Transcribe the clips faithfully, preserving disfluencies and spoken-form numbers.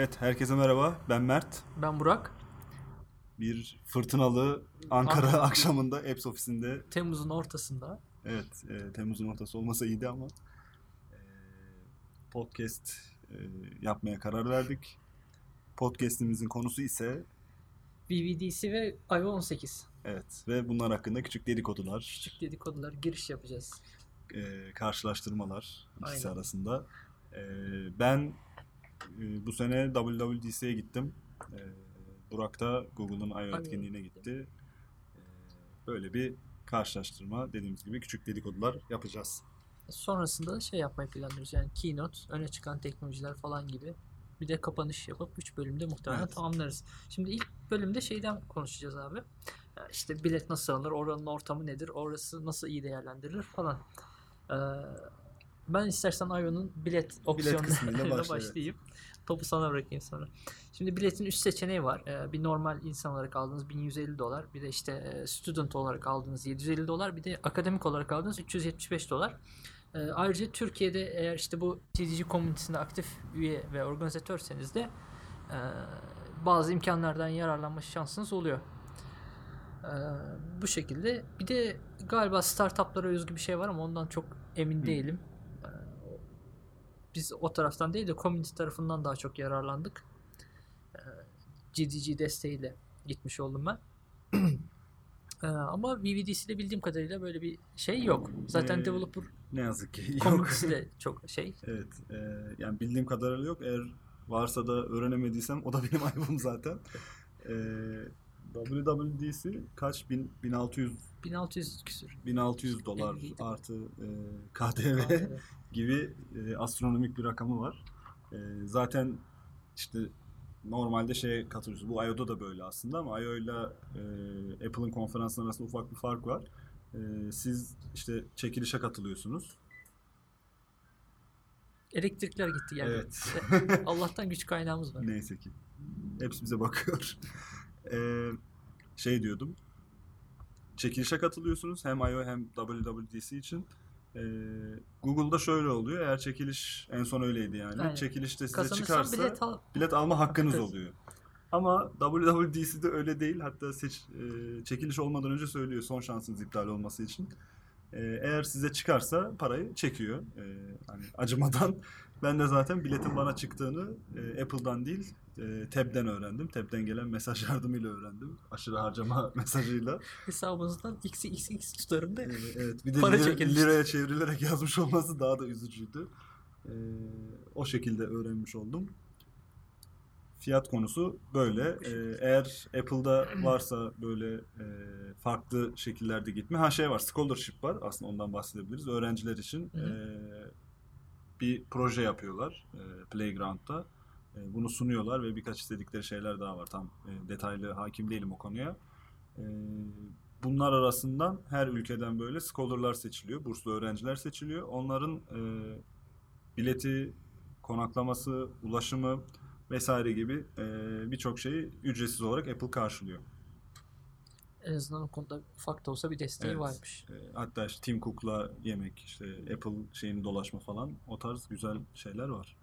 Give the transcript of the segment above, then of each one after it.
Evet, herkese merhaba. Ben Mert. Ben Burak. Bir fırtınalı Ankara Ankara. akşamında Apps ofisinde. Temmuz'un ortasında. Evet, e, Temmuz'un ortası olmasa iyiydi ama e, podcast e, yapmaya karar verdik. Podcast'imizin konusu ise V V D C ve i O on sekiz. evet ve bunlar hakkında küçük dedikodular, Küçük dedikodular, giriş yapacağız. e, karşılaştırmalar ikisi Aynen. arasında. E, ben e, bu sene W W D C'ye gittim. E, Burak da Google'ın I O etkinliğine gitti. E, böyle bir karşılaştırma, dediğimiz gibi küçük dedikodular yapacağız. Sonrasında da şey yapmayı planlıyoruz. Yani keynote, öne çıkan teknolojiler falan gibi. Bir de kapanış yapıp üç bölümde muhtemelen Evet. tamamlarız. Şimdi ilk bölümde şeyden konuşacağız abi. Yani işte bilet nasıl alınır, oranın ortamı nedir, orası nasıl iyi değerlendirilir falan. Ee, ben istersen I O'nun bilet opsiyonlarıyla başlayayım. Topu sana bırakayım sonra. Şimdi biletin üç seçeneği var. Ee, bir normal insan olarak aldığınız bin yüz elli dolar. Bir de işte student olarak aldığınız yedi yüz elli dolar. Bir de akademik olarak aldığınız üç yüz yetmiş beş dolar. Ee, ayrıca Türkiye'de eğer işte bu T D G komünitesinde aktif üye ve organizatörseniz de e, bazı imkanlardan yararlanma şansınız oluyor. Ee, bu şekilde. Bir de galiba startuplara özgü bir şey var ama ondan çok emin Hı. değilim. Ee, biz o taraftan değil de community tarafından daha çok yararlandık. Ee, G D G desteğiyle gitmiş oldum ben. ee, ama V V D C'de bildiğim kadarıyla böyle bir şey yok. Zaten ee, developer ne yazık ki yok. Community'si de çok şey. Evet. E, yani bildiğim kadarıyla yok. Eğer varsa da öğrenemediysem o da benim ayıbım zaten. Eee W W D C kaç? bin, bin altı yüz bin altı yüz küsür. bin altı yüz dolar elliydi. artı e, K D V, K D V gibi e, astronomik bir rakamı var. E, zaten işte normalde şeye katılıyorsunuz. Bu I O'da da böyle aslında ama I O ile e, Apple'ın konferansları arasında ufak bir fark var. E, siz işte çekilişe katılıyorsunuz. Elektrikler gitti geldi. Evet. Allah'tan güç kaynağımız var. Neyse ki. Hepsi bize bakıyor. Ee, şey diyordum. Çekilişe katılıyorsunuz. Hem I O hem W W D C için. Ee, Google'da şöyle oluyor. Eğer çekiliş en son öyleydi yani. Aynen. Çekilişte size Kazanırsan çıkarsa bilet, al- bilet alma hakkınız Evet. oluyor. Ama W W D C'de öyle değil. Hatta seç, e, çekiliş olmadan önce söylüyor son şansınız iptal olması için. E, eğer size çıkarsa parayı çekiyor. E, hani acımadan. Ben de zaten biletin bana çıktığını e, Apple'dan değil e, Tab'den öğrendim. Tab'den gelen mesaj yardımıyla öğrendim. Aşırı harcama mesajıyla. Hesabınızdan x x x tutarında E, evet. Bir de para lira, çekilmişti. liraya çevrilerek yazmış olması daha da üzücüydü. E, o şekilde öğrenmiş oldum. Fiyat konusu böyle. Ee, eğer Apple'da varsa böyle e, farklı şekillerde gitme. Ha şey var, scholarship var. Aslında ondan bahsedebiliriz. Öğrenciler için e, bir proje yapıyorlar e, Playground'da. E, bunu sunuyorlar ve birkaç istedikleri şeyler daha var. Tam e, detaylı hakim değilim o konuya. E, bunlar arasından her ülkeden böyle scholarlar seçiliyor. Burslu öğrenciler seçiliyor. Onların e, bileti, konaklaması, ulaşımı vesaire gibi e, birçok şeyi ücretsiz olarak Apple karşılıyor. En azından o konuda ufak da olsa bir desteği Evet. varmış. E, hatta işte Tim Cook'la yemek, işte Apple şeyini dolaşma falan, o tarz güzel şeyler var.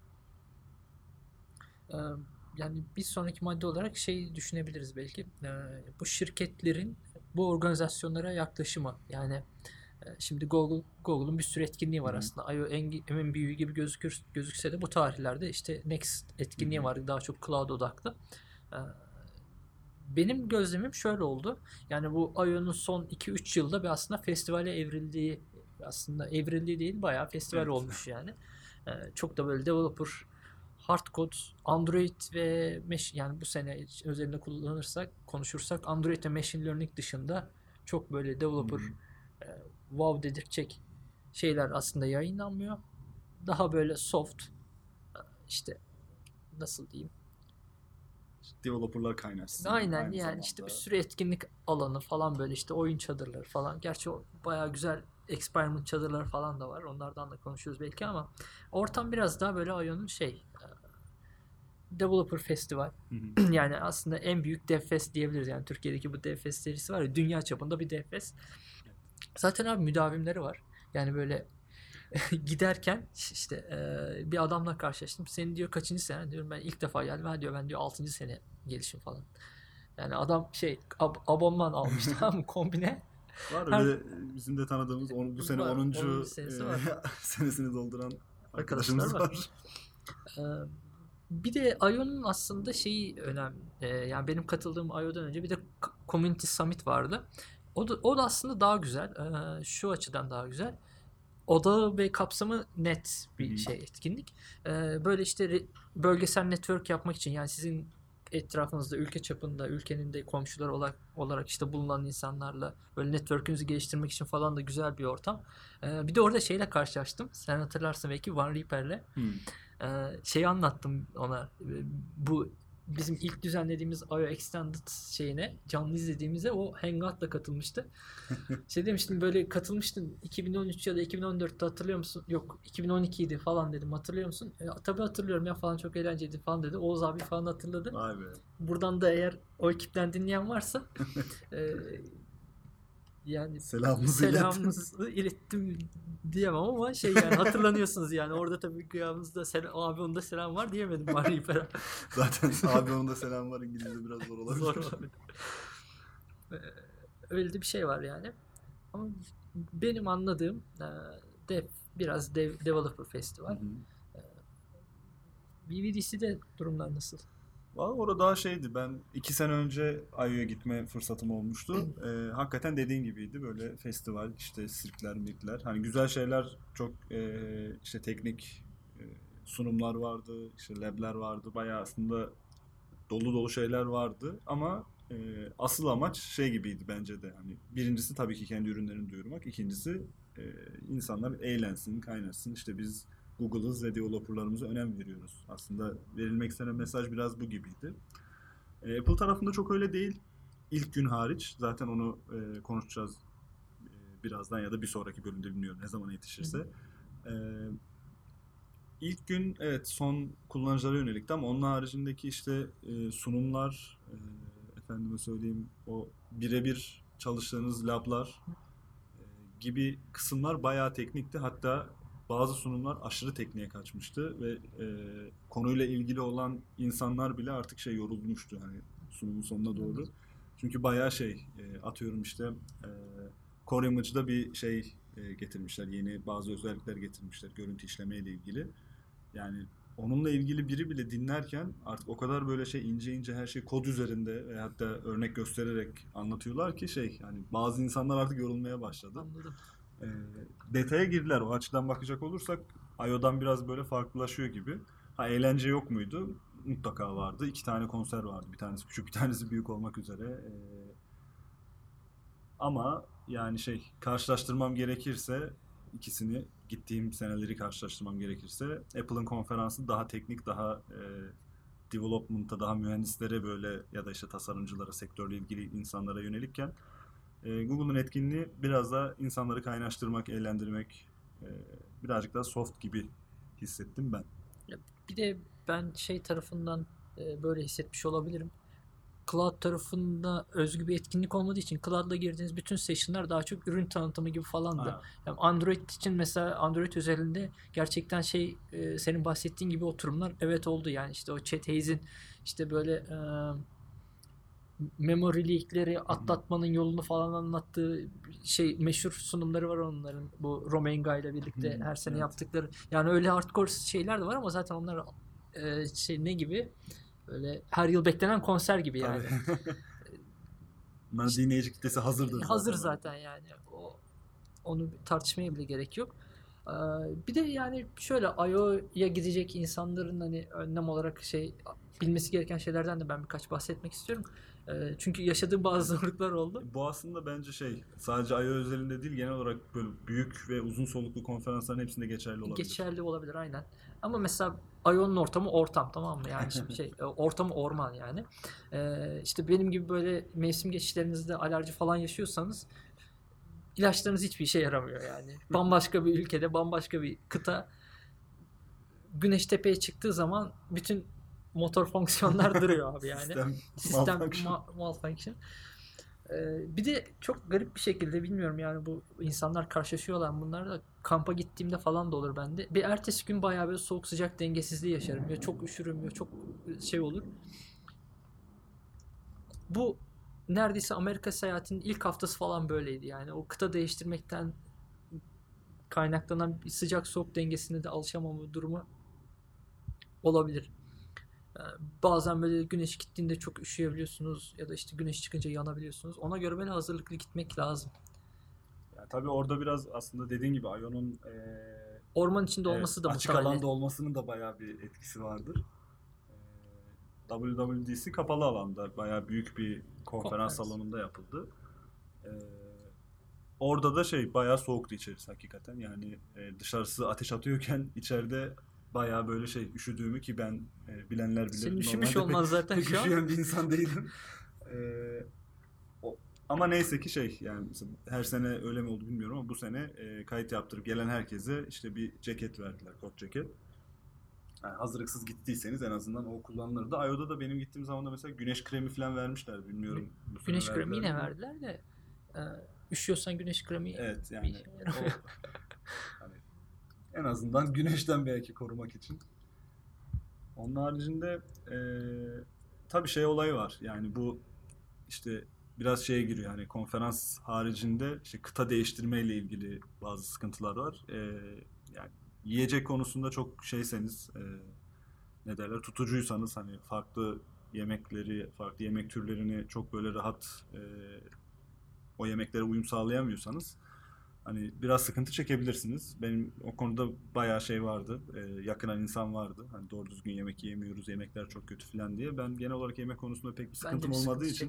Ee, yani bir sonraki madde olarak şey düşünebiliriz belki. Ee, bu şirketlerin bu organizasyonlara yaklaşımı. Yani e, şimdi Google Google'un bir sürü etkinliği var Hı-hı. aslında. I O en, en büyüğü gibi gözükür, gözükse de bu tarihlerde işte Next etkinliği Hı-hı. var. Daha çok cloud odaklı. Ee, benim gözlemim şöyle oldu. Yani bu I O'nun son iki üç yılda bir aslında festivale evrildiği, aslında evrildiği değil bayağı festival Evet. olmuş yani. Ee, çok da böyle developer hardcode, Android ve mesh, yani bu sene özelinde kullanırsak, konuşursak Android ve machine learning dışında çok böyle developer e, wow dedirtecek şeyler aslında yayınlanmıyor. Daha böyle soft, işte nasıl diyeyim? Developerlar kaynaşsın. Aynen aynı yani zamanda. işte bir sürü etkinlik alanı falan, böyle işte oyun çadırları falan. Gerçi o bayağı güzel experiment çadırları falan da var. Onlardan da konuşuyoruz belki ama ortam biraz daha böyle I O'nun şey Developer Festival. Yani aslında en büyük DevFest diyebiliriz. Yani Türkiye'deki bu DevFest serisi var ya, dünya çapında bir DevFest. Zaten abi müdavimleri var. Yani böyle giderken işte e, bir adamla karşılaştım. Senin diyor kaçıncı sene? Diyorum ben ilk defa geldim. Ha diyor ben diyor altıncı sene gelişim falan. Yani adam şey ab- abonman almış tamam mı kombine. Var Her öyle bizim de tanıdığımız on, bu sene var, onuncu onuncu senesi var. e, senesini dolduran Arkadaşlar arkadaşımız var. var. Ee, bir de I O'nun aslında şeyi önemli. Ee, yani benim katıldığım I O'dan önce bir de K- Community Summit vardı. O da, o da aslında daha güzel. Ee, şu açıdan daha güzel. Odağı ve kapsamı net bir Hı hı. şey etkinlik. Ee, böyle işte re- bölgesel network yapmak için yani sizin etrafınızda, ülke çapında, ülkenin de komşular olarak, olarak işte bulunan insanlarla böyle network'ünüzü geliştirmek için falan da güzel bir ortam. Ee, bir de orada şeyle karşılaştım. Sen hatırlarsın belki One Reaper'le. Hmm. Ee, şeyi anlattım ona. Ee, Bu bizim ilk düzenlediğimiz I O Extended şeyine canlı izlediğimizde o Hangout'la katılmıştı. Şey demiştim böyle katılmıştın iki bin on üç ya da iki bin on dörtte hatırlıyor musun? Yok iki bin on iki idi falan dedim hatırlıyor musun? E, tabii hatırlıyorum ya falan çok eğlenceliydi falan dedi. Oğuz abi falan hatırladı. Vay be. Buradan da eğer o ekipten dinleyen varsa e, yani Selamımızı iletin. selamımızı ilettim diyemem ama şey yani hatırlanıyorsunuz yani orada tabii kıyamızda selam, abi onda selam var diyemedim Mario Pera. Zaten abi onun da selam var, İngilizce biraz zor olabilir. Zor olabilir. Ee, Öyle de bir şey var yani. Ama benim anladığım e, dev, biraz dev, developer festival. Hı hı. B B D C'de durumlar nasıl? Valla orada daha şeydi, ben iki sene önce I O'ya gitme fırsatım olmuştu. Ee, hakikaten dediğin gibiydi, böyle festival, işte sirkler, mirkler. Hani güzel şeyler, çok e, işte teknik e, sunumlar vardı, işte labler vardı. Bayağı aslında dolu dolu şeyler vardı ama e, asıl amaç şey gibiydi bence de. Hani birincisi tabii ki kendi ürünlerini duyurmak, ikincisi e, insanlar eğlensin, kaynasın. İşte biz Google'ız ve developerlarımıza önem veriyoruz. Aslında verilmek istenen mesaj biraz bu gibiydi. E, Apple tarafında çok öyle değil. İlk gün hariç. Zaten onu e, konuşacağız e, birazdan ya da bir sonraki bölümde, bilmiyorum ne zaman yetişirse. E, ilk gün evet son kullanıcılara yönelikti ama onun haricindeki işte e, sunumlar, e, efendime söyleyeyim o birebir çalıştığınız lablar e, gibi kısımlar bayağı teknikti. Hatta bazı sunumlar aşırı tekniğe kaçmıştı ve e, konuyla ilgili olan insanlar bile artık şey yorulmuştu hani sunumun sonuna doğru. Çünkü bayağı şey e, atıyorum işte e, Core Image'da bir şey e, getirmişler. Yeni bazı özellikler getirmişler görüntü işleme ile ilgili. Yani onunla ilgili biri bile dinlerken artık o kadar böyle şey ince ince her şey kod üzerinde ve hatta örnek göstererek anlatıyorlar ki şey yani bazı insanlar artık yorulmaya başladı. Anladım. E, detaya girdiler. O açıdan bakacak olursak I O'dan biraz böyle farklılaşıyor gibi. Ha, eğlence yok muydu? Mutlaka vardı. İki tane konser vardı. Bir tanesi küçük, bir tanesi büyük olmak üzere. E, ama yani şey karşılaştırmam gerekirse ikisini gittiğim seneleri karşılaştırmam gerekirse Apple'ın konferansı daha teknik, daha e, development'a, daha mühendislere böyle ya da işte tasarımcılara, sektörle ilgili insanlara yönelikken e, Google'ın etkinliği biraz da insanları kaynaştırmak, eğlendirmek, e, birazcık daha soft gibi hissettim ben. Ya bir de ben şey tarafından e, böyle hissetmiş olabilirim. Cloud tarafında özgü bir etkinlik olmadığı için Cloud'la girdiğiniz bütün session'lar daha çok ürün tanıtımı gibi falandı. Ha. Yani Android için mesela Android özelinde gerçekten şey e, senin bahsettiğin gibi oturumlar evet oldu yani işte o Chat Hayes'in işte böyle e, memory leak'leri atlatmanın yolunu falan anlattığı şey meşhur sunumları var onların. Bu Romenga ile birlikte Hı, her sene evet. yaptıkları. Yani öyle hardcore şeyler de var ama zaten onlar e, şey ne gibi? Böyle her yıl beklenen konser gibi yani. Tabii. Bunların dinleyici kitlesi hazırdır zaten. Hazır zaten yani. O onu tartışmaya bile gerek yok. Ee, bir de yani şöyle I O'ya gidecek insanların hani önlem olarak şey bilmesi gereken şeylerden de ben birkaç bahsetmek istiyorum. Ee, çünkü yaşadığım bazı zorluklar oldu. Bu aslında bence şey sadece I O özelinde değil, genel olarak böyle büyük ve uzun soluklu konferansların hepsinde geçerli olabilir. Geçerli olabilir aynen. Ama mesela I O'nun ortamı ortam tamam mı? Yani şimdi şey ortamı orman yani. Ee, işte benim gibi böyle mevsim geçişlerinizde alerji falan yaşıyorsanız ilaçlarınız hiçbir işe yaramıyor yani. Bambaşka bir ülkede, bambaşka bir kıta. Güneş tepeye çıktığı zaman bütün motor fonksiyonlar duruyor abi yani. Sistem, Sistem malfunction. ma- malfunction. Ee, bir de çok garip bir şekilde bilmiyorum yani bu insanlar karşılaşıyorlar bunlarla. kampa gittiğimde falan da olur bende. Bir ertesi gün bayağı böyle soğuk sıcak dengesizliği yaşarım. Ya çok üşürüm ya çok şey olur. Bu neredeyse Amerika seyahatinin ilk haftası falan böyleydi yani. O kıta değiştirmekten kaynaklanan bir sıcak soğuk dengesine de alışamama durumu olabilir. Bazen böyle güneş gittiğinde çok üşüyebiliyorsunuz ya da işte güneş çıkınca yanabiliyorsunuz. Ona göre böyle hazırlıklı gitmek lazım. Ya tabii orada biraz aslında dediğin gibi Io'nun e, Orman içinde evet, olması da açık muhtemelen. alanda olmasının da bayağı bir etkisi vardır. E, W W D C kapalı alanda bayağı büyük bir konferans, konferans. salonunda yapıldı. E, orada da şey bayağı soğuktu içerisi hakikaten. Yani e, dışarısı ateş atıyorken içeride bayağı böyle şey üşüdüğümü ki ben e, bilenler bilir. Senin üşümüş olmaz zaten pek şu an. üşüyen bir insan değilim. E, o, ama neyse ki şey yani her sene öyle mi oldu bilmiyorum ama bu sene e, kayıt yaptırıp gelen herkese işte bir ceket verdiler, kot ceket. Yani hazırlıksız gittiyseniz en azından o kullanılırdı. I O'da da benim gittiğim zaman da mesela güneş kremi falan vermişler bilmiyorum. Bu güneş kremi yine verdiler de e, üşüyorsan güneş kremi. Evet yani o, hani en azından güneşten belki korumak için. Onun haricinde e, tabii şey olayı var. Yani bu işte biraz şeye giriyor. Yani konferans haricinde işte kıta değiştirmeyle ilgili bazı sıkıntılar var. E, yani yiyecek konusunda çok şeyseniz e, ne derler tutucuysanız hani farklı yemekleri, farklı yemek türlerini çok böyle rahat e, o yemeklere uyum sağlayamıyorsanız hani biraz sıkıntı çekebilirsiniz. Benim o konuda bayağı şey vardı. E, yakınan insan vardı. Hani doğru düzgün yemek yiyemiyoruz, yemekler çok kötü falan diye. Ben genel olarak yemek konusunda pek bir sıkıntım bir olmadığı için.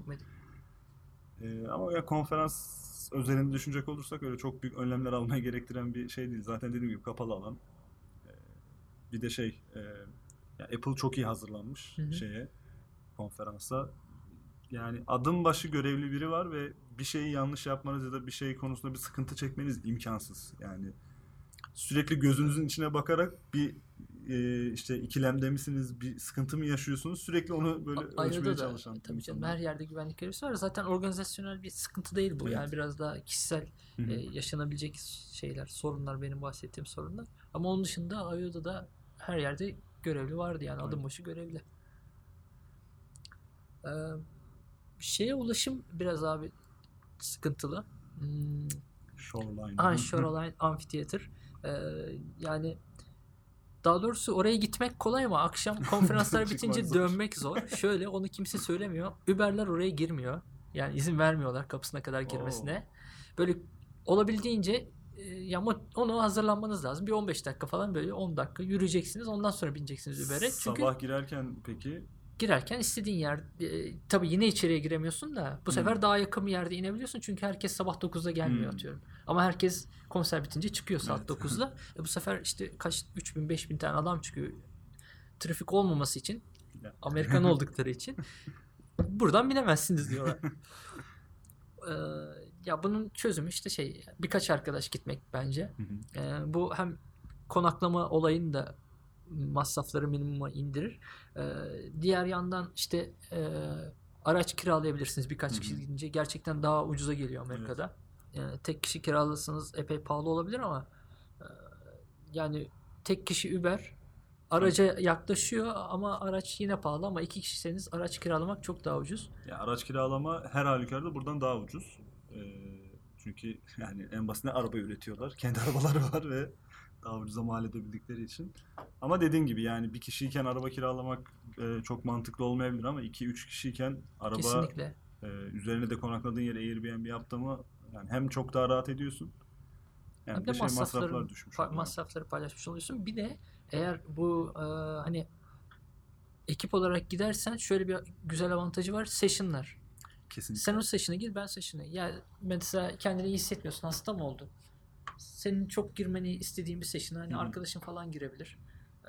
E, ama ya konferans özelinde düşünecek olursak öyle çok büyük önlemler almaya gerektiren bir şey değil. Zaten dediğim gibi kapalı alan. E, bir de şey, e, ya Apple çok iyi hazırlanmış hı hı. şeye, konferansa. Yani adım başı görevli biri var ve bir şeyi yanlış yapmanız ya da bir şey konusunda bir sıkıntı çekmeniz imkansız. Yani sürekli gözünüzün içine bakarak bir e, işte ikilemde misiniz, bir sıkıntı mı yaşıyorsunuz? Sürekli onu böyle A- ölçmeye da, çalışan. Tabii canım her yerde güvenlik görevlisi var. Zaten organizasyonel bir sıkıntı değil bu. Evet. Yani biraz daha kişisel e, yaşanabilecek şeyler, sorunlar benim bahsettiğim sorunlar. Ama onun dışında I O'da da her yerde görevli vardı yani adım başı görevli. Ee, şeye ulaşım biraz abi sıkıntılı. Hmm. Shoreline. Aha, Shoreline Amphitheater. Ee, yani daha doğrusu oraya gitmek kolay ama akşam konferanslar bitince zor. Dönmek zor. Şöyle onu kimse söylemiyor. Uber'ler oraya girmiyor. Yani izin vermiyorlar kapısına kadar girmesine. Oo. Böyle olabildiğince ya onu hazırlanmanız lazım. Bir on beş dakika falan böyle on dakika yürüyeceksiniz. Ondan sonra bineceksiniz Uber'e. Çünkü sabah girerken peki girerken istediğin yer e, tabii yine içeriye giremiyorsun da bu hmm. sefer daha yakın bir yerde inebiliyorsun çünkü herkes sabah dokuzda gelmiyor hmm. atıyorum. Ama herkes konser bitince çıkıyor saat evet. dokuzda. E bu sefer işte kaç üç bin beş bin tane adam çıkıyor. Trafik olmaması için Amerikan oldukları için buradan binemezsiniz diyorlar. ee, ya bunun çözümü işte şey birkaç arkadaş gitmek bence. Ee, bu hem konaklama olayını da masrafları minimuma indirir. Ee, diğer yandan işte e, araç kiralayabilirsiniz birkaç Hı-hı. kişi gidince. Gerçekten daha ucuza geliyor Amerika'da. Evet. Ee, tek kişi kiralasanız epey pahalı olabilir ama e, yani tek kişi Uber araca Hı. yaklaşıyor ama araç yine pahalı ama iki kişiseniz araç kiralamak çok daha ucuz. Ya araç kiralama her halükarda buradan daha ucuz. Ee, çünkü yani en basitinden araba üretiyorlar. Kendi arabaları var ve daha ucuza mal edebildikleri için. Ama dediğin gibi yani bir kişiyken araba kiralamak e, çok mantıklı olmayabilir ama iki üç kişiyken araba kesinlikle. E, üzerine de konakladığın yere Airbnb yaptı mı yani hem çok daha rahat ediyorsun hem hem de, de şey masraflar düşmüş pa- masrafları paylaşmış oluyorsun. Bir de eğer bu e, hani ekip olarak gidersen şöyle bir güzel avantajı var. Session'lar. Kesinlikle. Sen o session'a gir, ben session'a. Ya mesela kendini iyi hissetmiyorsun, hasta mı oldun? Senin çok girmeni istediğin bir session'a hani Hı-hı. arkadaşın falan girebilir. Ee,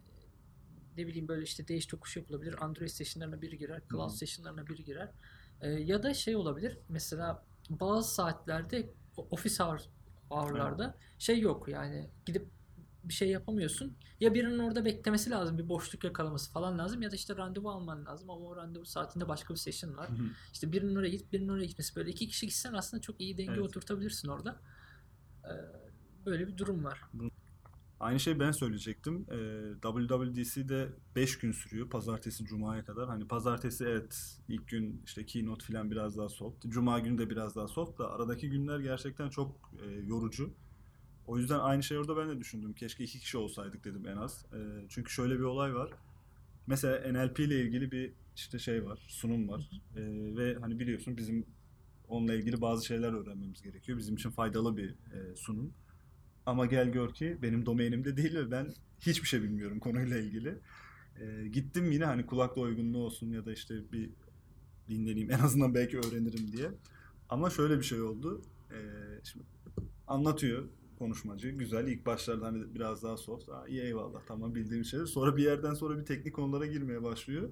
ne bileyim böyle işte değiş tokuş yapılabilir. Android session'larına biri girer, Cloud Hı-hı. session'larına biri girer. Ee, ya da şey olabilir. Mesela bazı saatlerde office hour, hour'larda evet. şey yok yani gidip bir şey yapamıyorsun. Ya birinin orada beklemesi lazım. Bir boşluk yakalaması falan lazım. Ya da işte randevu alman lazım. Ama o randevu saatinde başka bir session var. Hı hı. İşte birinin oraya git, birinin oraya gitmesi. Böyle iki kişi gitsen aslında çok iyi denge evet. oturtabilirsin orada. Ee, Böyle bir durum var. Aynı şeyi ben söyleyecektim. Ee, W W D C'de beş gün sürüyor. Pazartesi, Cuma'ya kadar. Hani pazartesi evet ilk gün işte keynote falan biraz daha soft. Cuma günü de biraz daha soft da aradaki günler gerçekten çok e, yorucu. O yüzden aynı şey orada ben de düşündüm. Keşke iki kişi olsaydık dedim en az. E, çünkü şöyle bir olay var. Mesela N L P ile ilgili bir işte şey var, sunum var. E, ve hani biliyorsun bizim onunla ilgili bazı şeyler öğrenmemiz gerekiyor. Bizim için faydalı bir e, sunum. Ama gel gör ki benim domainimde değil ve ben hiçbir şey bilmiyorum konuyla ilgili. Ee, gittim yine hani kulakla uygunluğu olsun ya da işte bir dinleneyim en azından belki öğrenirim diye. Ama şöyle bir şey oldu. Ee, şimdi anlatıyor konuşmacı. Güzel. İlk başlarda hani biraz daha soft. Aa, iyi eyvallah tamam bildiğim şeyler. Sonra bir yerden sonra bir teknik konulara girmeye başlıyor.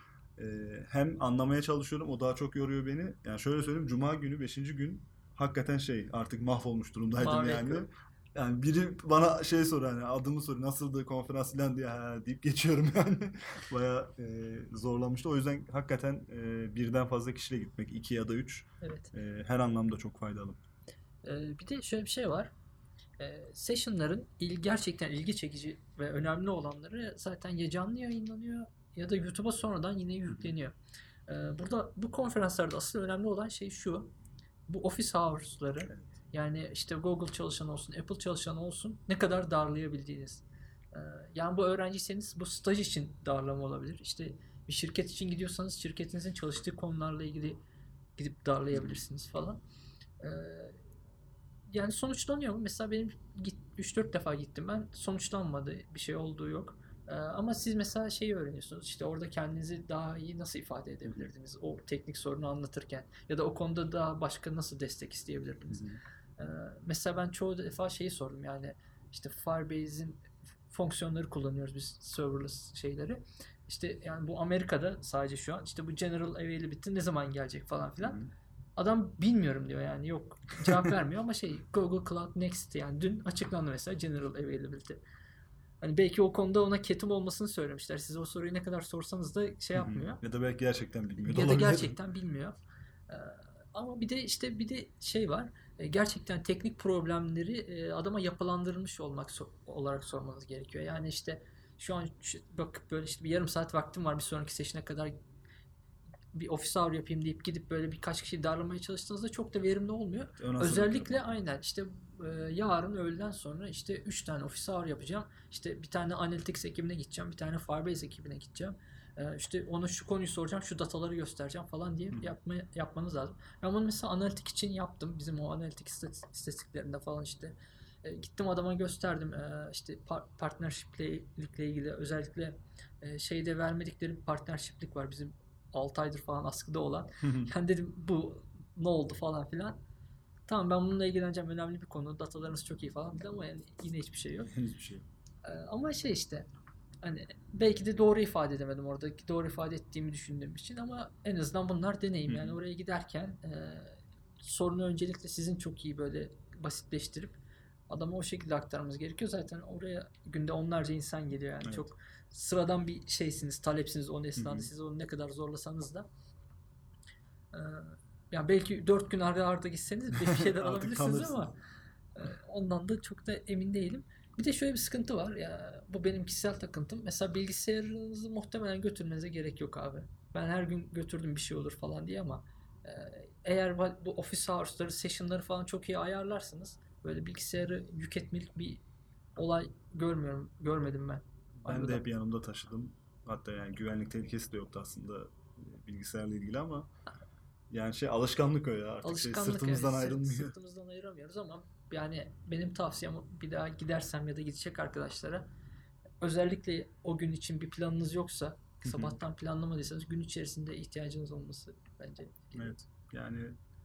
Ee, hem anlamaya çalışıyorum. O daha çok yoruyor beni. Yani şöyle söyleyeyim. Cuma günü, beşinci gün hakikaten şey artık mahvolmuş durumdaydım Mavi yani. ekran. Yani biri bana şey soruyor hani adımı soruyor nasıldı konferans filan diye ha, deyip geçiyorum yani. Bayağı e, zorlamıştı. O yüzden hakikaten e, birden fazla kişiyle gitmek iki ya da üç Evet. e, her anlamda çok faydalı. Ee, bir de şöyle bir şey var. Ee, session'ların il, gerçekten ilgi çekici ve önemli olanları zaten ya canlı yayınlanıyor ya da YouTube'a sonradan yine yükleniyor. Ee, burada bu konferanslarda asıl önemli olan şey şu. Bu office hours'ları Evet. yani işte Google çalışanı olsun, Apple çalışanı olsun ne kadar darlayabildiğiniz. Ee, yani bu öğrenciyseniz bu staj için darlama olabilir. İşte bir şirket için gidiyorsanız şirketinizin çalıştığı konularla ilgili gidip darlayabilirsiniz falan. Ee, yani sonuçlanıyor mu? Mesela benim üç dört defa gittim ben. Sonuçlanmadı. Bir şey olduğu yok. Ee, ama siz mesela şeyi öğreniyorsunuz. İşte orada kendinizi daha iyi nasıl ifade edebilirdiniz? O teknik sorunu anlatırken. Ya da o konuda daha başka nasıl destek isteyebilirdiniz? Ee, mesela ben çoğu defa şeyi sordum. Yani işte Firebase'in fonksiyonları kullanıyoruz biz serverless şeyleri. İşte yani bu Amerika'da sadece şu an işte bu general availability ne zaman gelecek falan filan. Adam bilmiyorum diyor yani yok cevap vermiyor ama şey Google Cloud Next yani dün açıklandı mesela General Availability. Hani belki o konuda ona ketum olmasını söylemişler. Siz o soruyu ne kadar sorsanız da şey yapmıyor. Ya da belki gerçekten bilmiyor. Ya da olabilir. gerçekten bilmiyor. Ee, ama bir de işte bir de şey var. E, gerçekten teknik problemleri e, adama yapılandırılmış olmak so- olarak sormanız gerekiyor. Yani işte şu an şu- bakıp böyle işte bir yarım saat vaktim var bir sonraki session'e kadar bir ofis hour yapayım deyip gidip böyle birkaç kişiyi darlamaya çalıştığınızda çok da verimli olmuyor. Ön Özellikle hazırlık aynen işte e, yarın öğleden sonra işte üç tane ofis hour yapacağım. İşte bir tane Analytics ekibine gideceğim. Bir tane Firebase ekibine gideceğim. E, işte ona şu konuyu soracağım. Şu dataları göstereceğim falan diye yapma, yapmanız lazım. Ben bunu mesela analitik için yaptım. Bizim o analitik istatistiklerinde falan işte e, gittim adama gösterdim. E, işte par- partnership'le ilgili özellikle e, şeyde vermedikleri bir partnership'lik var. Bizim altı aydır falan askıda olan. Yani dedim bu ne oldu falan filan. Tamam ben bununla ilgileneceğim. Önemli bir konu. Datalarınız çok iyi falan dedi ama yani yine hiçbir şey yok. Hiçbir şey. Ee, ama şey işte hani belki de doğru ifade edemedim orada. Doğru ifade ettiğimi düşündüğüm için ama en azından bunlar deneyim. Yani oraya giderken e, sorunu öncelikle sizin çok iyi böyle basitleştirip adama o şekilde aktarmanız gerekiyor. Zaten oraya günde onlarca insan geliyor yani. Evet. Çok sıradan bir şeysiniz, talepsiniz o esnada. Siz onu ne kadar zorlasanız da e, yani belki dört gün arda arda gitseniz bir şeyler Artık alabilirsiniz tanırsınız. ama e, ondan da çok da emin değilim. Bir de şöyle bir sıkıntı var ya bu benim kişisel takıntım. Mesela bilgisayarınızı muhtemelen götürmenize gerek yok abi. Ben her gün götürdüm bir şey olur falan diye ama e, eğer bu office hours'ları, session'ları falan çok iyi ayarlarsınız böyle bilgisayarı yük etmelik bir olay görmüyorum, görmedim ben. Ben de Ayvada. hep yanımda taşıdım. Hatta yani güvenlik tehlikesi de yoktu aslında e, bilgisayarla ilgili ama yani şey alışkanlık o ya artık Alışkanlık şey sırtımızdan yani. ayrılmıyor. Sırtımızdan ayıramıyoruz ama yani benim tavsiyem bir daha gidersem ya da gidecek arkadaşlara özellikle o gün için bir planınız yoksa sabahtan planlamadıysanız gün içerisinde ihtiyacınız olması bence. Evet. Yani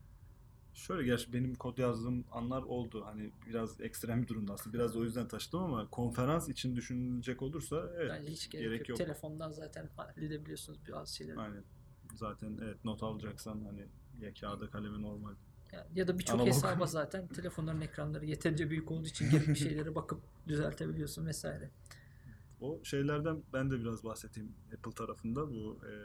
şöyle gerçi benim kod yazdığım anlar oldu. Hani biraz ekstrem bir durumda aslında. Biraz o yüzden taşıdım ama konferans için düşünülecek olursa evet Bence hiç gerek, gerek yok. yok. Telefondan zaten halledebiliyorsunuz bazı şeyleri. Aynen. Zaten evet not alacaksan hani ya kağıda kalemi normal. Yani ya da birçok Analog. hesaba zaten telefonların ekranları yeterince büyük olduğu için gelip bir şeylere bakıp düzeltebiliyorsun vesaire. O şeylerden ben de biraz bahsedeyim Apple tarafında bu e,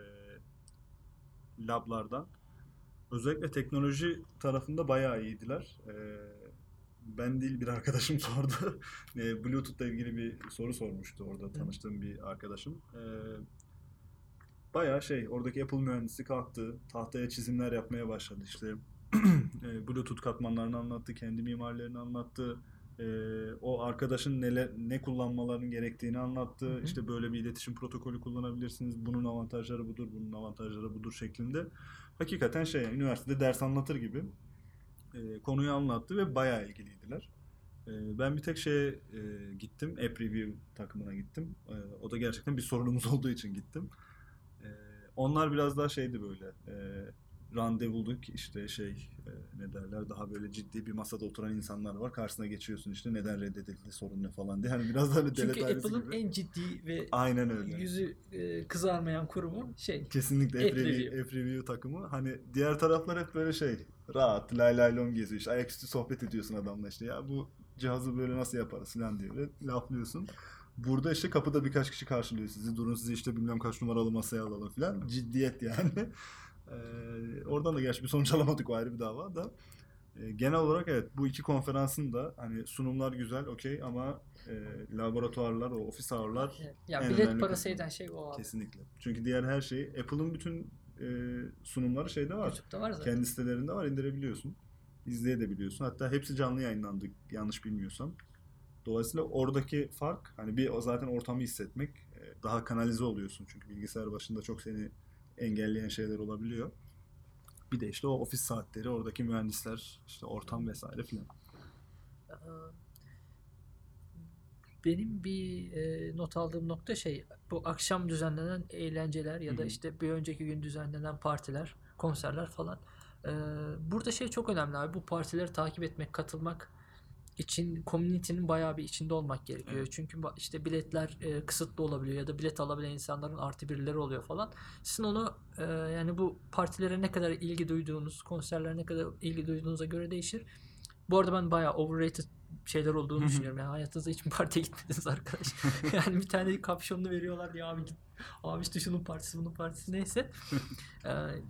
lablardan. Özellikle teknoloji tarafında bayağı iyiydiler. E, ben değil bir arkadaşım sordu. E, Bluetooth'la ilgili bir soru sormuştu orada tanıştığım bir arkadaşım. E, bayağı şey oradaki Apple mühendisi kalktı. Tahtaya çizimler yapmaya başladı işte. e, Bluetooth katmanlarını anlattı. Kendi mimarlarını anlattı. E, o arkadaşın neler, ne kullanmalarının gerektiğini anlattı. Hı hı. İşte böyle bir iletişim protokolü kullanabilirsiniz. Bunun avantajları budur, bunun avantajları budur şeklinde. Hakikaten şey yani, üniversitede ders anlatır gibi e, konuyu anlattı ve bayağı ilgiliydiler. E, ben bir tek şeye e, gittim. App Review takımına gittim. E, o da gerçekten bir sorunumuz olduğu için gittim. E, onlar biraz daha şeydi böyle. E, randevuluk işte şey e, ne derler daha böyle ciddi bir masada oturan insanlar var. Karşısına geçiyorsun işte neden reddedildi sorun ne falan diye. Hani biraz daha böyle devlet Çünkü dairesi Apple'ın gibi. en ciddi ve Aynen öyle. yüzü e, kızarmayan kurumu şey. Kesinlikle App App Review, Review. App Review takımı. Hani diğer taraflar hep böyle şey rahat, lay lay lom geziyor. İşte ayaküstü sohbet ediyorsun adamla işte. Ya bu cihazı böyle nasıl yaparız falan diye böyle laflıyorsun. Burada işte kapıda birkaç kişi karşılıyor sizi. Durun sizi işte bilmem kaç numaralı masaya alalım falan. Ciddiyet yani. Ee, oradan da gerçi bir sonuç alamadık o ayrı bir dava da. Ee, genel olarak evet bu iki konferansın da hani sunumlar güzel okey ama e, laboratuvarlar, o ofis hour'lar Evet. Ya en bilet önemli parası kısmı. eden şey o abi. Kesinlikle. Çünkü diğer her şey Apple'ın bütün e, sunumları şeyde var. YouTube'da var zaten. Kendi sitelerinde var indirebiliyorsun. İzleyebiliyorsun. Hatta hepsi canlı yayınlandı yanlış bilmiyorsam. Dolayısıyla oradaki fark hani bir o zaten ortamı hissetmek e, daha kanalize oluyorsun. Çünkü bilgisayar başında çok seni engelleyen şeyler olabiliyor. Bir de işte o ofis saatleri, oradaki mühendisler, işte ortam vesaire filan. Ee, Benim bir e, not aldığım nokta şey bu akşam düzenlenen eğlenceler Hı ya da hı. işte bir önceki gün düzenlenen partiler, konserler falan. Ee, burada şey çok önemli abi bu partileri takip etmek, katılmak için community'nin bayağı bir içinde olmak gerekiyor. Evet. Çünkü ba- işte biletler e, kısıtlı olabiliyor ya da bilet alabilen insanların artı birleri oluyor falan. Sizin onu e, yani bu partilere ne kadar ilgi duyduğunuz, konserlere ne kadar ilgi duyduğunuza göre değişir. Bu arada ben bayağı overrated şeyler olduğunu düşünüyorum. Yani hayatınızda hiç mi partiye gitmediniz arkadaş? Yani bir tane kapşonunu veriyorlar diye abi git. Abi işte şunun partisi bunun partisi neyse. Ee,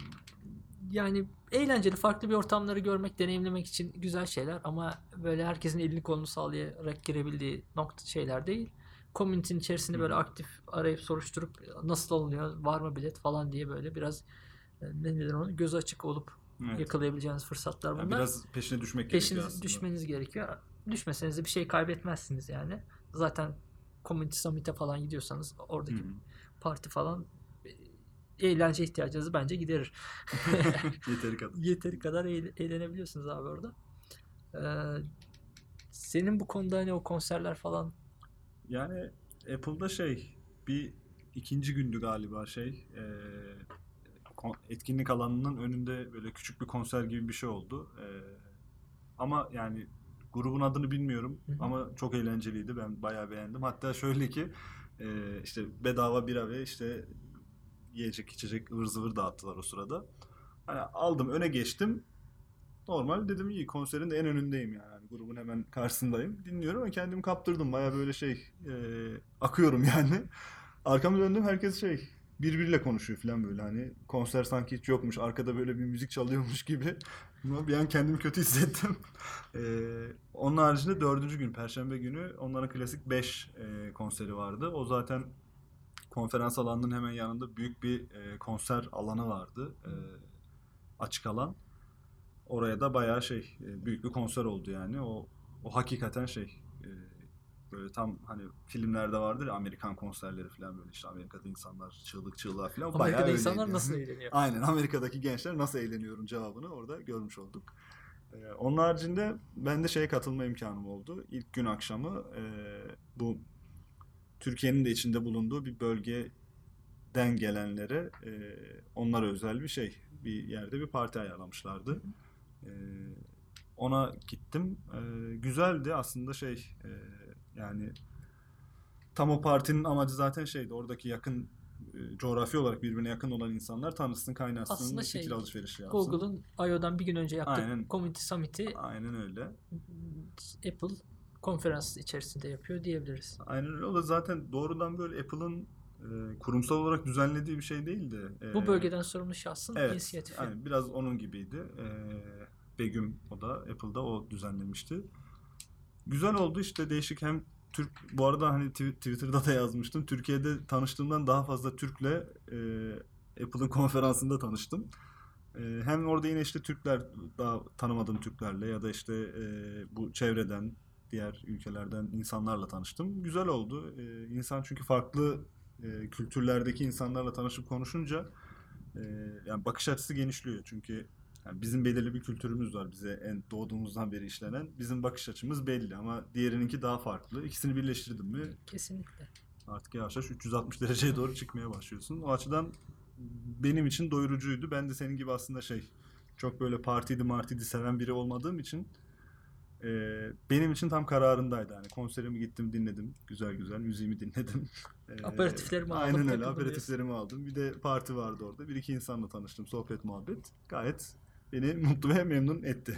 yani eğlenceli farklı bir ortamları görmek, deneyimlemek için güzel şeyler ama böyle herkesin elini kolunu sallayarak girebildiği nokta şeyler değil. Community'nin içerisinde böyle aktif arayıp soruşturup nasıl alınıyor, var mı bilet falan diye böyle biraz e, ne denir onu gözü açık olup Evet. yakalayabileceğiniz fırsatlar bunlar. Yani biraz peşine düşmek gerekiyor Peşiniz aslında. düşmeniz gerekiyor. Düşmeseniz de bir şey kaybetmezsiniz yani. Zaten Community Summit'e falan gidiyorsanız oradaki Hı hı. parti falan e, eğlence ihtiyacınızı bence giderir. Yeteri kadar. Yeteri kadar eğle- eğlenebiliyorsunuz abi orada. Ee, senin bu konuda hani o konserler falan Yani Apple'da şey bir ikinci gündü galiba şey e, kon- etkinlik alanının önünde böyle küçük bir konser gibi bir şey oldu. E, ama yani grubun adını bilmiyorum Hı hı. ama çok eğlenceliydi. Ben bayağı beğendim. Hatta şöyle ki e, işte bedava bira ve işte yiyecek içecek ıvır zıvır dağıttılar o sırada. Hani aldım öne geçtim. Normal dedim iyi konserin de en önündeyim yani. Hani grubun hemen karşısındayım. Dinliyorum ama kendimi kaptırdım. Baya böyle şey e, akıyorum yani. Arkamı döndüm herkes şey birbiriyle konuşuyor falan böyle hani konser sanki hiç yokmuş. Arkada böyle bir müzik çalıyormuş gibi. Ama bir an kendimi kötü hissettim. E, onun haricinde dördüncü gün Perşembe günü onların klasik beş e, konseri vardı. O zaten konferans alanının hemen yanında büyük bir e, konser alanı vardı. E, açık alan. Oraya da bayağı şey e, büyük bir konser oldu yani. O o hakikaten şey e, böyle tam hani filmlerde vardır ya Amerikan konserleri falan böyle işte Amerika'da insanlar çığlık çığlığa falan bayağı Amerika'da öyleydi. insanlar nasıl eğleniyor? Aynen Amerika'daki gençler nasıl eğleniyorum cevabını orada görmüş olduk. E, onun haricinde ben de şeye katılma imkanım oldu. İlk gün akşamı e, bu Türkiye'nin de içinde bulunduğu bir bölgeden gelenlere e, onlara özel bir şey bir yerde bir parti ayarlamışlardı. Ee, ona gittim. Ee, güzeldi aslında şey e, yani tam o partinin amacı zaten şeydi oradaki yakın e, coğrafi olarak birbirine yakın olan insanlar tanışsın, kaynaşsın, Aslında fikir şey alışverişi yapsın. Google'ın I O'dan bir gün önce yaptığı Aynen. Community Summit'i Aynen öyle. Apple konferans içerisinde yapıyor diyebiliriz. Aynen öyle. O da zaten doğrudan böyle Apple'ın e, kurumsal olarak düzenlediği bir şey değildi. E, Bu bölgeden sorumlu şahsın evet, inisiyatifi. yani biraz onun gibiydi. E, Begüm o da Apple'da o düzenlemişti. Güzel oldu işte, değişik hem Türk, bu arada hani tw- Twitter'da da yazmıştım. Türkiye'de tanıştığımdan daha fazla Türk'le e, Apple'ın konferansında tanıştım. E, hem orada yine işte Türkler, daha tanımadığım Türklerle ya da işte e, bu çevreden, diğer ülkelerden insanlarla tanıştım. Güzel oldu. E, insan çünkü farklı e, kültürlerdeki insanlarla tanışıp konuşunca e, yani bakış açısı genişliyor. Çünkü yani bizim belirli bir kültürümüz var, bize en doğduğumuzdan beri işlenen. Bizim bakış açımız belli ama diğerininki daha farklı. İkisini birleştirdim mi Kesinlikle. artık yavaş yavaş üç yüz altmış dereceye doğru çıkmaya başlıyorsun. O açıdan benim için doyurucuydu. Ben de senin gibi aslında şey, çok böyle partiydi martiydi seven biri olmadığım için e, benim için tam kararındaydı. Hani konserimi gittim, dinledim. Güzel güzel müziğimi dinledim. E, Aperatiflerimi aldım, aynen öyle, takıldım diyorsun. aperatiflerimi aldım. Bir de parti vardı orada. Bir iki insanla tanıştım. Sohbet muhabbet. Gayet beni mutlu ve memnun etti.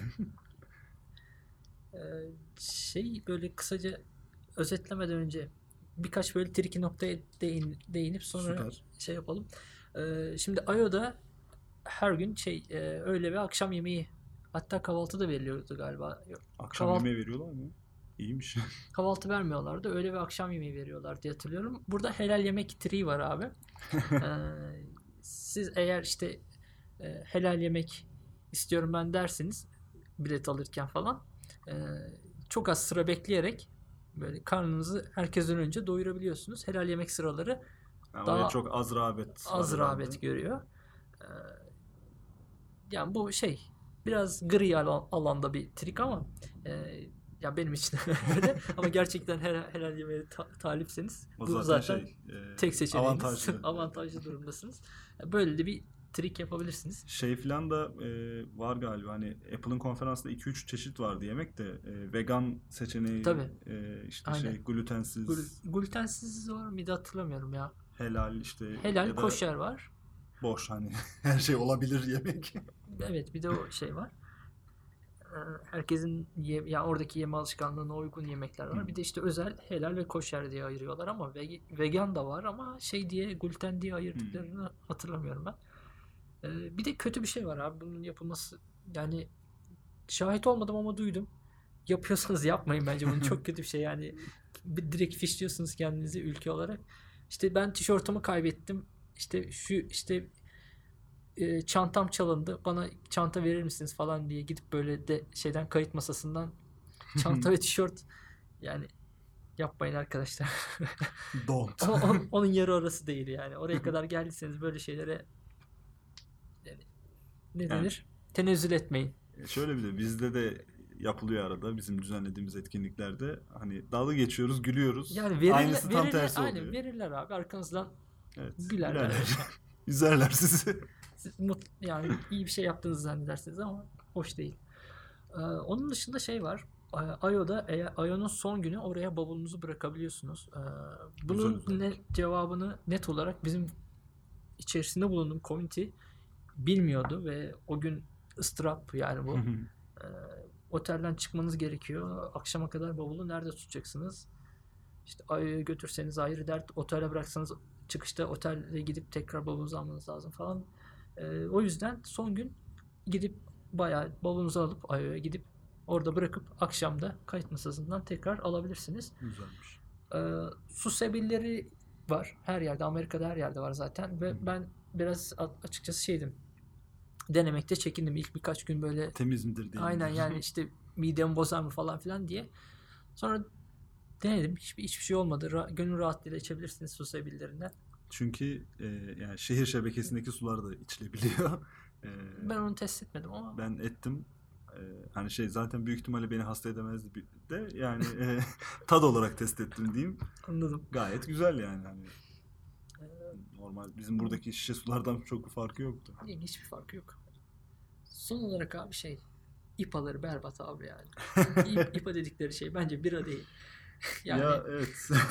Ee, şey böyle kısaca özetlemeden önce birkaç böyle triki noktaya değin, değinip sonra Süper. şey yapalım. Ee, şimdi I O'da her gün şey e, öğle ve akşam yemeği, hatta kahvaltı da veriliyordu galiba. Yok, Akşam kahvaltı, yemeği veriyorlar mı? İyiymiş. kahvaltı vermiyorlardı. Öğle ve akşam yemeği veriyorlar diye hatırlıyorum. Burada helal yemek triği var abi. Ee, siz eğer işte e, helal yemek istiyorum ben derseniz bilet alırken falan e, çok az sıra bekleyerek böyle karnınızı herkesten önce doyurabiliyorsunuz. Helal yemek sıraları Yani daha oraya çok az rağbet var az herhalde. rağbet görüyor. Ee, yani bu şey biraz gri alan- alanda bir trik ama e, ya benim için öyle ama gerçekten helal, helal yemeğe ta- talipseniz O bu zaten, zaten şey e, tek seçeneğiniz. avantajlı. Avantajlı durumdasınız. Böyle de bir trik yapabilirsiniz. Şey falan da e, var galiba, hani Apple'ın konferansında iki üç çeşit vardı yemek de, e, vegan seçeneği, Tabii. e, işte Aynen. şey glutensiz, Gl- glutensiz var mıydı hatırlamıyorum ya. helal işte Helal, ya da koşer var. boş, hani her şey olabilir yemek. Evet, bir de o şey var. Ee, Herkesin ye, ya oradaki yeme alışkanlığına uygun yemekler var. Hı. Bir de işte özel, helal ve koşer diye ayırıyorlar ama vege- vegan da var ama şey diye, gluten diye ayırdıklarını hatırlamıyorum ben. Ee, bir de kötü bir şey var abi bunun yapılması. Yani şahit olmadım ama duydum. Yapıyorsanız yapmayın bence, bunu çok kötü bir şey yani. Bir- direkt fişliyorsunuz kendinizi ülke olarak. İşte ben tişörtümü kaybettim. İşte şu işte e, çantam çalındı. Bana çanta verir misiniz falan diye gidip böyle de şeyden, kayıt masasından çanta ve tişört, yani yapmayın arkadaşlar. Don't. O- o- onun yeri orası değil yani. Oraya kadar geldiyseniz böyle şeylere yani, ne Yani- denir? Tenezzül etmeyin. Şöyle bir de bizde de yapılıyor arada, bizim düzenlediğimiz etkinliklerde. Hani dalga geçiyoruz, gülüyoruz. Yani verirler, Aynısı tam verirler, tersi aynen, oluyor. verirler abi arkanızdan Evet. gülerler. Üzerler sizi. Siz mut, yani iyi bir şey yaptığınızı zannedersiniz ama hoş değil. Ee, onun dışında şey var. I O da eğer I O'nun son günü oraya bavulunuzu bırakabiliyorsunuz. Ee, bunun Güzel, güzel. ne, cevabını net olarak bizim içerisinde bulunduğum community bilmiyordu ve o gün ıstırap yani bu. Ee, otelden çıkmanız gerekiyor. Akşama kadar bavulu nerede tutacaksınız? İşte I O'ya götürseniz ayrı dert, otele bıraksanız çıkışta otelde gidip tekrar bavulunuzu almanız lazım falan. Ee, o yüzden son gün gidip bayağı bavulunuzu alıp I O'ya gidip orada bırakıp akşamda kayıt masasından tekrar alabilirsiniz. Güzelmiş. Ee, su sebilleri var. Her yerde. Amerika'da her yerde var zaten. Ve Hı. ben biraz a- açıkçası şeydim. Denemekte çekindim. İlk birkaç gün böyle Temiz midir değil aynen midir? yani işte midemi bozar mı falan filan diye. Sonra denedim. Hiçbir, hiçbir şey olmadı. Ra- gönül rahatlığıyla içebilirsiniz su sebillerinden. Çünkü e, yani şehir şebekesindeki sular da içilebiliyor. E, Ben onu test etmedim ama ben ettim. E, hani şey, zaten büyük ihtimalle beni hasta edemezdi bir- de yani e, tad olarak test ettim diyeyim. anladım. Gayet güzel yani. Hani normal bizim buradaki şişe sulardan çok bir farkı yoktu. Değil mi? Hiçbir farkı yok. Son olarak abi şey, İ P A'ları berbat abi yani. İ- İ P A dedikleri şey bence bira değil. Yani Ya evet.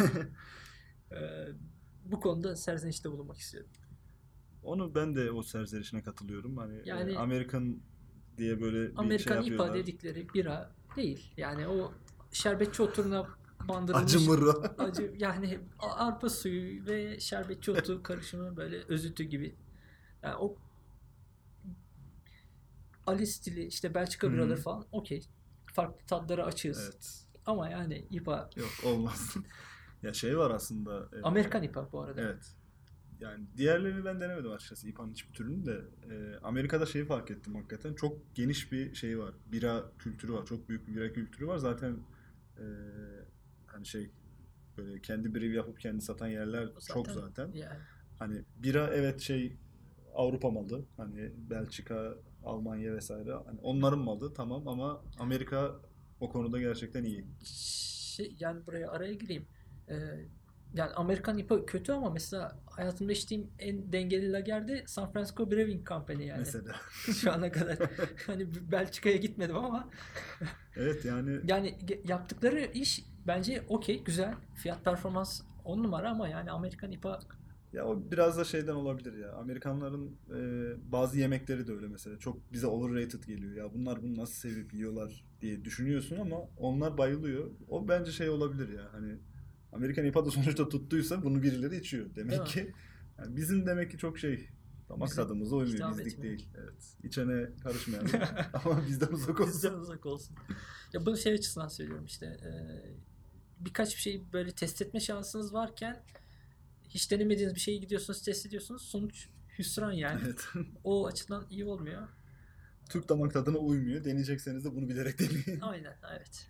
e, bu konuda serzenişte bulunmak istiyorum. Onu ben de o serzenişine katılıyorum. Hani Yani- e, Amerikan diye böyle bir Amerikan şey İ P A yapıyorlar. dedikleri bira değil. Yani o şerbetçi oturuna bandırılmış Acı mırra. acı yani a- arpa suyu ve şerbetçi otu karışımı, böyle özütü gibi. Yani o Ali stili işte Belçika Hı hı. biraları falan okey. Farklı tatlara açığız. Evet. Ama yani İ P A Yok olmaz. Ya şey var aslında. e, Amerikan İ P A bu arada. Evet. Yani diğerlerini ben denemedim açıkçası İ P A'nın hiçbir türünü de. E, Amerika'da şeyi fark ettim hakikaten. Çok geniş bir şey var. Bira kültürü var. Çok büyük bir bira kültürü var. Zaten e, hani şey böyle kendi brew yapıp kendi satan yerler çok Zaten zaten. yani Hani bira evet şey Avrupa malı. Hani Belçika, Almanya vesaire. Hani onların malı tamam ama Amerika o konuda gerçekten iyi. şey, yani buraya araya gireyim. Ee, yani Amerikan İ P A kötü ama mesela hayatımda içtiğim en dengeli lager de San Francisco Brewing Company yani. Mesela. Şu ana kadar. Hani Belçika'ya gitmedim ama Evet yani yani ge- yaptıkları iş bence okey, güzel. Fiyat performans on numara ama yani Amerikan İ P A ya o biraz da şeyden olabilir ya. Amerikanların e, bazı yemekleri de öyle mesela. Çok bize overrated geliyor. Ya bunlar bunu nasıl sevip yiyorlar diye düşünüyorsun ama onlar bayılıyor. O bence şey olabilir ya. Hani Amerikan I P A da sonuçta tuttuysa bunu birileri içiyor. değil Demek mi? ki yani bizim demek ki çok şey damak Bize tadımıza uymuyor. hitap Bizlik etmiyor. değil. Evet. İçene karışmayalım ama bizden uzak Bizden olsun. uzak olsun. Ya bunu şey açısından söylüyorum işte. e, birkaç bir şeyi böyle test etme şansınız varken hiç denemediğiniz bir şeyi gidiyorsunuz, test ediyorsunuz. Sonuç hüsran yani. Evet. O açıdan iyi olmuyor. Türk damak tadına uymuyor. Deneyecekseniz de bunu bilerek deneyin. Aynen, evet.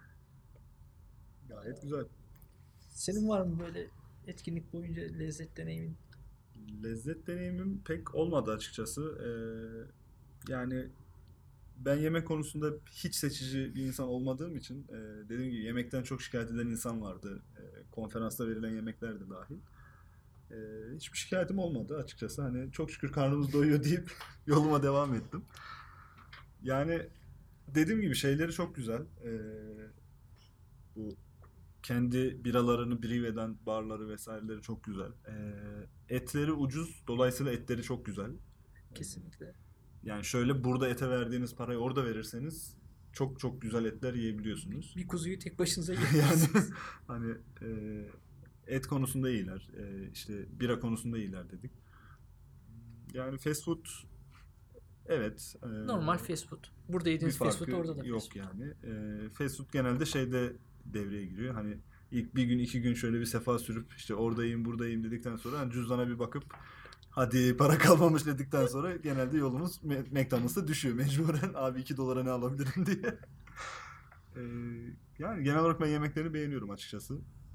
Gayet güzel. Senin var mı böyle etkinlik boyunca lezzet deneyimin? Lezzet deneyimim pek olmadı açıkçası. Ee, yani ben yemek konusunda hiç seçici bir insan olmadığım için e, dediğim gibi yemekten çok şikayet eden insan vardı. E, konferansta verilen yemekler de dahil. E, hiçbir şikayetim olmadı açıkçası. Hani çok şükür karnımız doyuyor deyip yoluma devam ettim. Yani dediğim gibi şeyleri çok güzel. E, bu kendi biralarını brew eden barları vesaireleri çok güzel. E, etleri ucuz, dolayısıyla etleri çok güzel. Kesinlikle. Yani şöyle burada ete verdiğiniz parayı orada verirseniz çok çok güzel etler yiyebiliyorsunuz. Bir kuzuyu tek başınıza Yani yiyorsunuz. hani e, et konusunda iyiler. E, işte bira konusunda iyiler dedik. Yani fast food evet e, Normal fast food. Burada bir yediğiniz fast food farkı orada da fast yok food. yani. E, fast food genelde şeyde devreye giriyor. Hani ilk bir gün iki gün şöyle bir sefa sürüp işte oradayım buradayım dedikten sonra hani cüzdana bir bakıp hadi para kalmamış dedikten sonra genelde yolumuz Me- McDonald's'a düşüyor mecburen. Abi iki dolara ne alabilirim diye. Ee, yani genel olarak ben yemeklerini beğeniyorum açıkçası.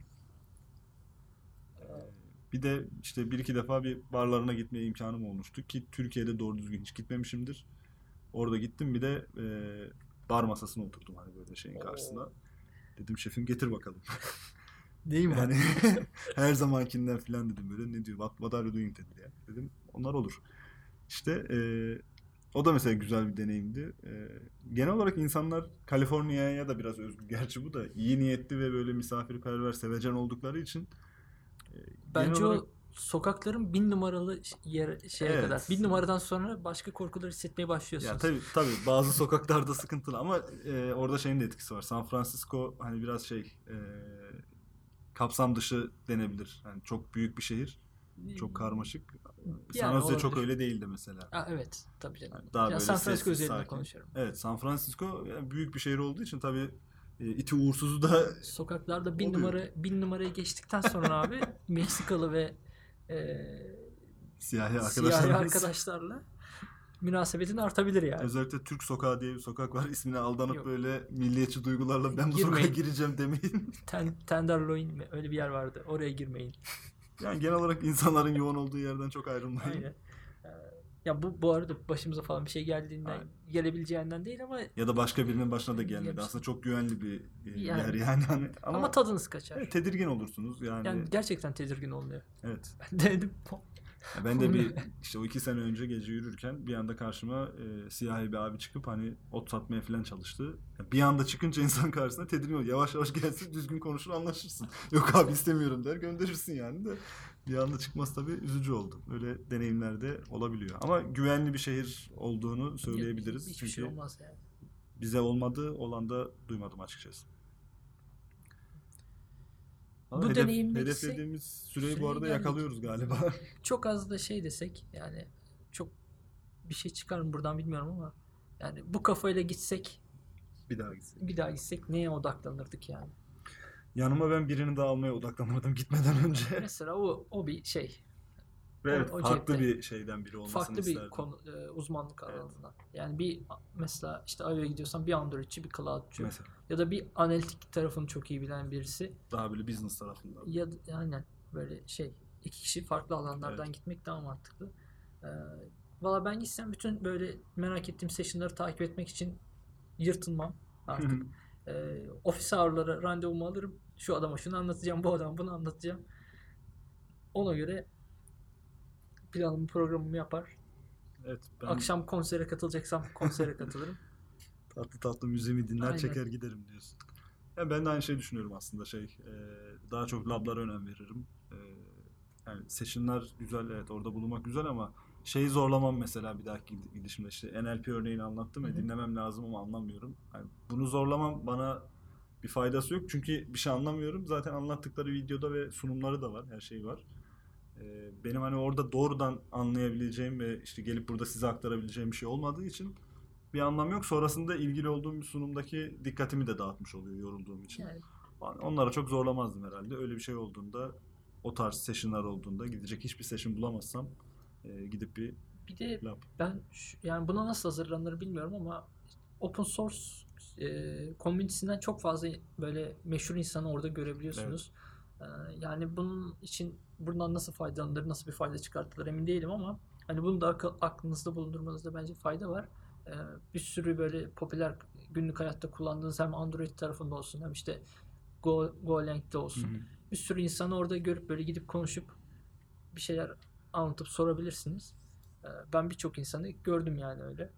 Ee, bir de işte bir iki defa bir barlarına gitmeye imkanım olmuştu ki Türkiye'de doğru düzgün hiç gitmemişimdir. Orada gittim bir de e, bar masasına oturdum hani böyle şeyin karşısına. Dedim şefim getir bakalım. Değil mi? Yani her zamankinden falan dedim böyle ne diyor what, what are you doing dedi ya. Dedim onlar olur. İşte e, o da mesela güzel bir deneyimdi. E, genel olarak insanlar Kaliforniya'ya da biraz özgü. Gerçi bu da iyi niyetli ve böyle misafirperver, sevecen oldukları için e, genel Bence olarak o sokakların bin numaralı yer şeye evet. kadar. Bin numaradan sonra başka korkular hissetmeye Ya başlıyorsunuz. tabii tabii bazı sokaklarda sıkıntılı ama e, orada şeyin de etkisi var. San Francisco hani biraz şey e, kapsam dışı denebilir. Yani çok büyük bir şehir. Çok karmaşık. San Yani Jose çok olabilir. öyle değildi mesela. Aa, evet, tabii canım. Yani daha Ya böyle San Francisco sessiz, üzerinden sakin. konuşuyorum. Evet, San Francisco yani büyük bir şehir olduğu için tabii e, iti uğursuzu da Sokaklarda bin oluyor. numara bin numarayı geçtikten sonra abi Meksikalı ve e, Siyahi siyahi arkadaşlarımız. arkadaşlarla münasebetin artabilir yani. Özellikle Türk Sokağı diye bir sokak var. İsmine aldanıp Yok. böyle milliyetçi duygularla ben bu sokağa Girmeyin. gireceğim demeyin. Ten, Tenderloin mi? Öyle bir yer vardı. Oraya girmeyin. Yani genel olarak insanların yoğun olduğu yerden çok ayrılmayın. Aynen. Ee, Ya bu bu arada başımıza falan bir şey geldiğinden Aynen. gelebileceğinden değil ama Ya da başka birinin başına da gelmedi. Yemişsin. Aslında çok güvenli bir e, Yani. yer yani. Hani ama, ama tadınız kaçar. evet, tedirgin olursunuz yani. Yani gerçekten tedirgin oluyor. Evet. Ben denedim. Ya ben de bir işte o iki sene önce gece yürürken bir anda karşıma e, siyahi bir abi çıkıp hani ot satmaya falan çalıştı. Ya bir anda çıkınca insan karşısına tedirgin oluyor. Yavaş yavaş gelsin düzgün konuşur anlaşırsın. Yok abi istemiyorum der gönderirsin yani de. Bir anda çıkması tabii üzücü oldu. Öyle deneyimler de olabiliyor. Ama güvenli bir şehir olduğunu söyleyebiliriz. Hiçbir Çünkü şey olmaz yani. bize olmadı, olan da duymadım açıkçası. Ama Bu hedef, deneyimle hedeflediğimiz süreyi bu süreye arada geldik. yakalıyoruz galiba. Çok az da şey desek yani çok bir şey çıkar mı buradan bilmiyorum ama yani bu kafayla gitsek Bir daha gitsek. Bir daha gitsek neye odaklanırdık yani? Yanıma ben birini daha almaya odaklanırdım gitmeden önce. Mesela o o bir şey. Ve evet, o farklı cepte. bir şeyden biri olmasını Farklı isterdim. bir konu, e, uzmanlık Evet. alanından. Yani bir mesela işte I O'ya gidiyorsan bir Androidçi, bir cloudçu Mesela ya da bir analitik tarafını çok iyi bilen birisi daha böyle business tarafından. ya da aynen böyle şey iki kişi farklı alanlardan Evet. gitmek daha mantıklı. Ee, Valla ben gitsem bütün böyle merak ettiğim session'ları takip etmek için yırtınmam artık. Ee, ofis hour'lara randevumu alırım. Şu adama şunu anlatacağım, bu adama bunu anlatacağım. Ona göre planımı, programımı yapar. Evet, ben Akşam konsere katılacaksam konsere katılırım. tatlı tatlı müziğimi dinler Aynen. çeker giderim diyorsun. Ya ben de aynı şeyi düşünüyorum aslında şey. E, daha çok lablara önem veririm. E, yani session'lar güzel, evet, orada bulunmak güzel ama şeyi zorlamam mesela bir dahaki gidişimde, işte N L P örneğini anlattım ya, Hı hı. dinlemem lazım ama anlamıyorum. Yani bunu zorlamam bana bir faydası yok çünkü bir şey anlamıyorum. Zaten anlattıkları videoda ve sunumları da var, her şey var. Ee, benim hani orada doğrudan anlayabileceğim ve işte gelip burada size aktarabileceğim bir şey olmadığı için bir anlam yok. Sonrasında ilgili olduğum bir sunumdaki dikkatimi de dağıtmış oluyor yorulduğum için. Yani Onlara çok zorlamazdım herhalde. Öyle bir şey olduğunda, o tarz session'lar olduğunda, gidecek hiçbir session bulamazsam e, gidip bir bir de lab. ben şu- yani buna nasıl hazırlanır bilmiyorum ama open source e, komünitesinden çok fazla böyle meşhur insanı orada görebiliyorsunuz. E, yani bunun için buradan nasıl faydalanır, nasıl bir fayda çıkartılır emin değilim ama hani bunu da akıl, aklınızda bulundurmanızda bence fayda var. E, bir sürü böyle popüler günlük hayatta kullandığınız hem Android tarafında olsun hem işte Go, Golang'de olsun. Hı hı. Bir sürü insanı orada görüp böyle gidip konuşup bir şeyler anlatıp sorabilirsiniz. Ee, Ben birçok insanı gördüm yani öyle.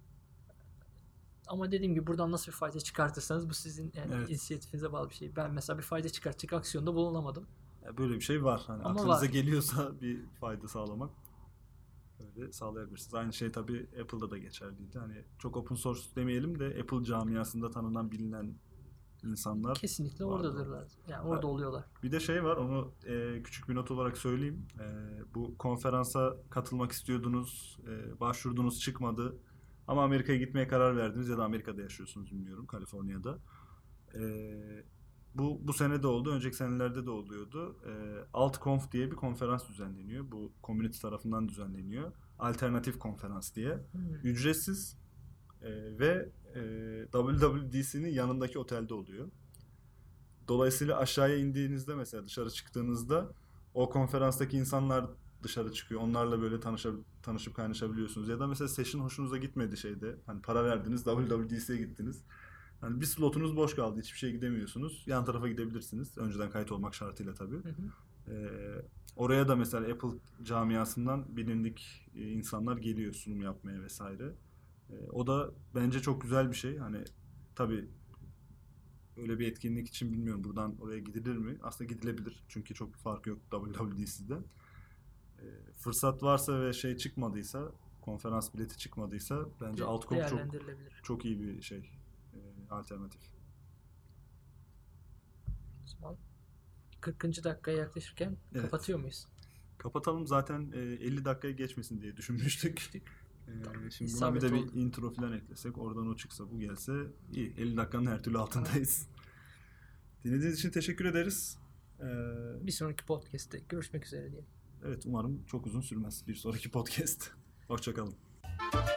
Ama dediğim gibi buradan nasıl bir fayda çıkartırsanız bu sizin yani Evet. inisiyatifinize bağlı bir şey. Ben mesela bir fayda çıkartacak aksiyonda bulunamadım. Ya böyle bir şey var. Hani Ama aklınıza var. geliyorsa bir fayda sağlamak, böyle sağlayabilirsiniz. Aynı şey tabii Apple'da da geçerliydi. Hani çok open source demeyelim de Apple camiasında tanınan, bilinen insanlar Kesinlikle vardı oradadırlar. orada. Yani orada oluyorlar. Bir de şey var, onu e, küçük bir not olarak söyleyeyim. E, bu konferansa katılmak istiyordunuz, e, başvurdunuz, çıkmadı. Ama Amerika'ya gitmeye karar verdiniz ya da Amerika'da yaşıyorsunuz, bilmiyorum, Kaliforniya'da. E, bu bu sene de oldu, önceki senelerde de oluyordu. E, AltConf diye bir konferans düzenleniyor. Bu community tarafından düzenleniyor. Alternatif konferans diye. Hmm. Ücretsiz e, ve e, W W D C'nin yanındaki otelde oluyor. Dolayısıyla aşağıya indiğinizde, mesela dışarı çıktığınızda, o konferanstaki insanlar dışarı çıkıyor. Onlarla böyle tanışab tanışıp kaynaşabiliyorsunuz. Ya da mesela session hoşunuza gitmedi şeyde. Hani para verdiniz, W W D C'ye gittiniz. Hani bir slotunuz boş kaldı. Hiçbir şeye gidemiyorsunuz. Yan tarafa gidebilirsiniz. Önceden kayıt olmak şartıyla tabii. Hı hı. Ee, oraya da mesela Apple camiasından bilindik e, insanlar geliyor sunum yapmaya vesaire. Ee, o da bence çok güzel bir şey. Hani tabii öyle bir etkinlik için bilmiyorum buradan oraya gidilir mi? Aslında gidilebilir. Çünkü çok bir fark yok W W D C'den. Ee, fırsat varsa ve şey çıkmadıysa, konferans bileti çıkmadıysa, bence De- AltConf çok değerlendirilebilir. çok iyi bir şey, e, alternatif. O zaman kırkıncı dakikaya yaklaşırken Evet. kapatıyor muyuz? Kapatalım, zaten e, elli dakikaya geçmesin diye düşünmüştük. E, şimdi buna bir İsabet de oldu. bir intro falan eklesek, oradan o çıksa, bu gelse iyi. elli dakikanın her türlü altındayız. Dinlediğiniz için teşekkür ederiz. Ee, Bir sonraki podcast'te görüşmek üzere diyelim. evet, umarım çok uzun sürmez bir sonraki podcast. Hoşça kalın.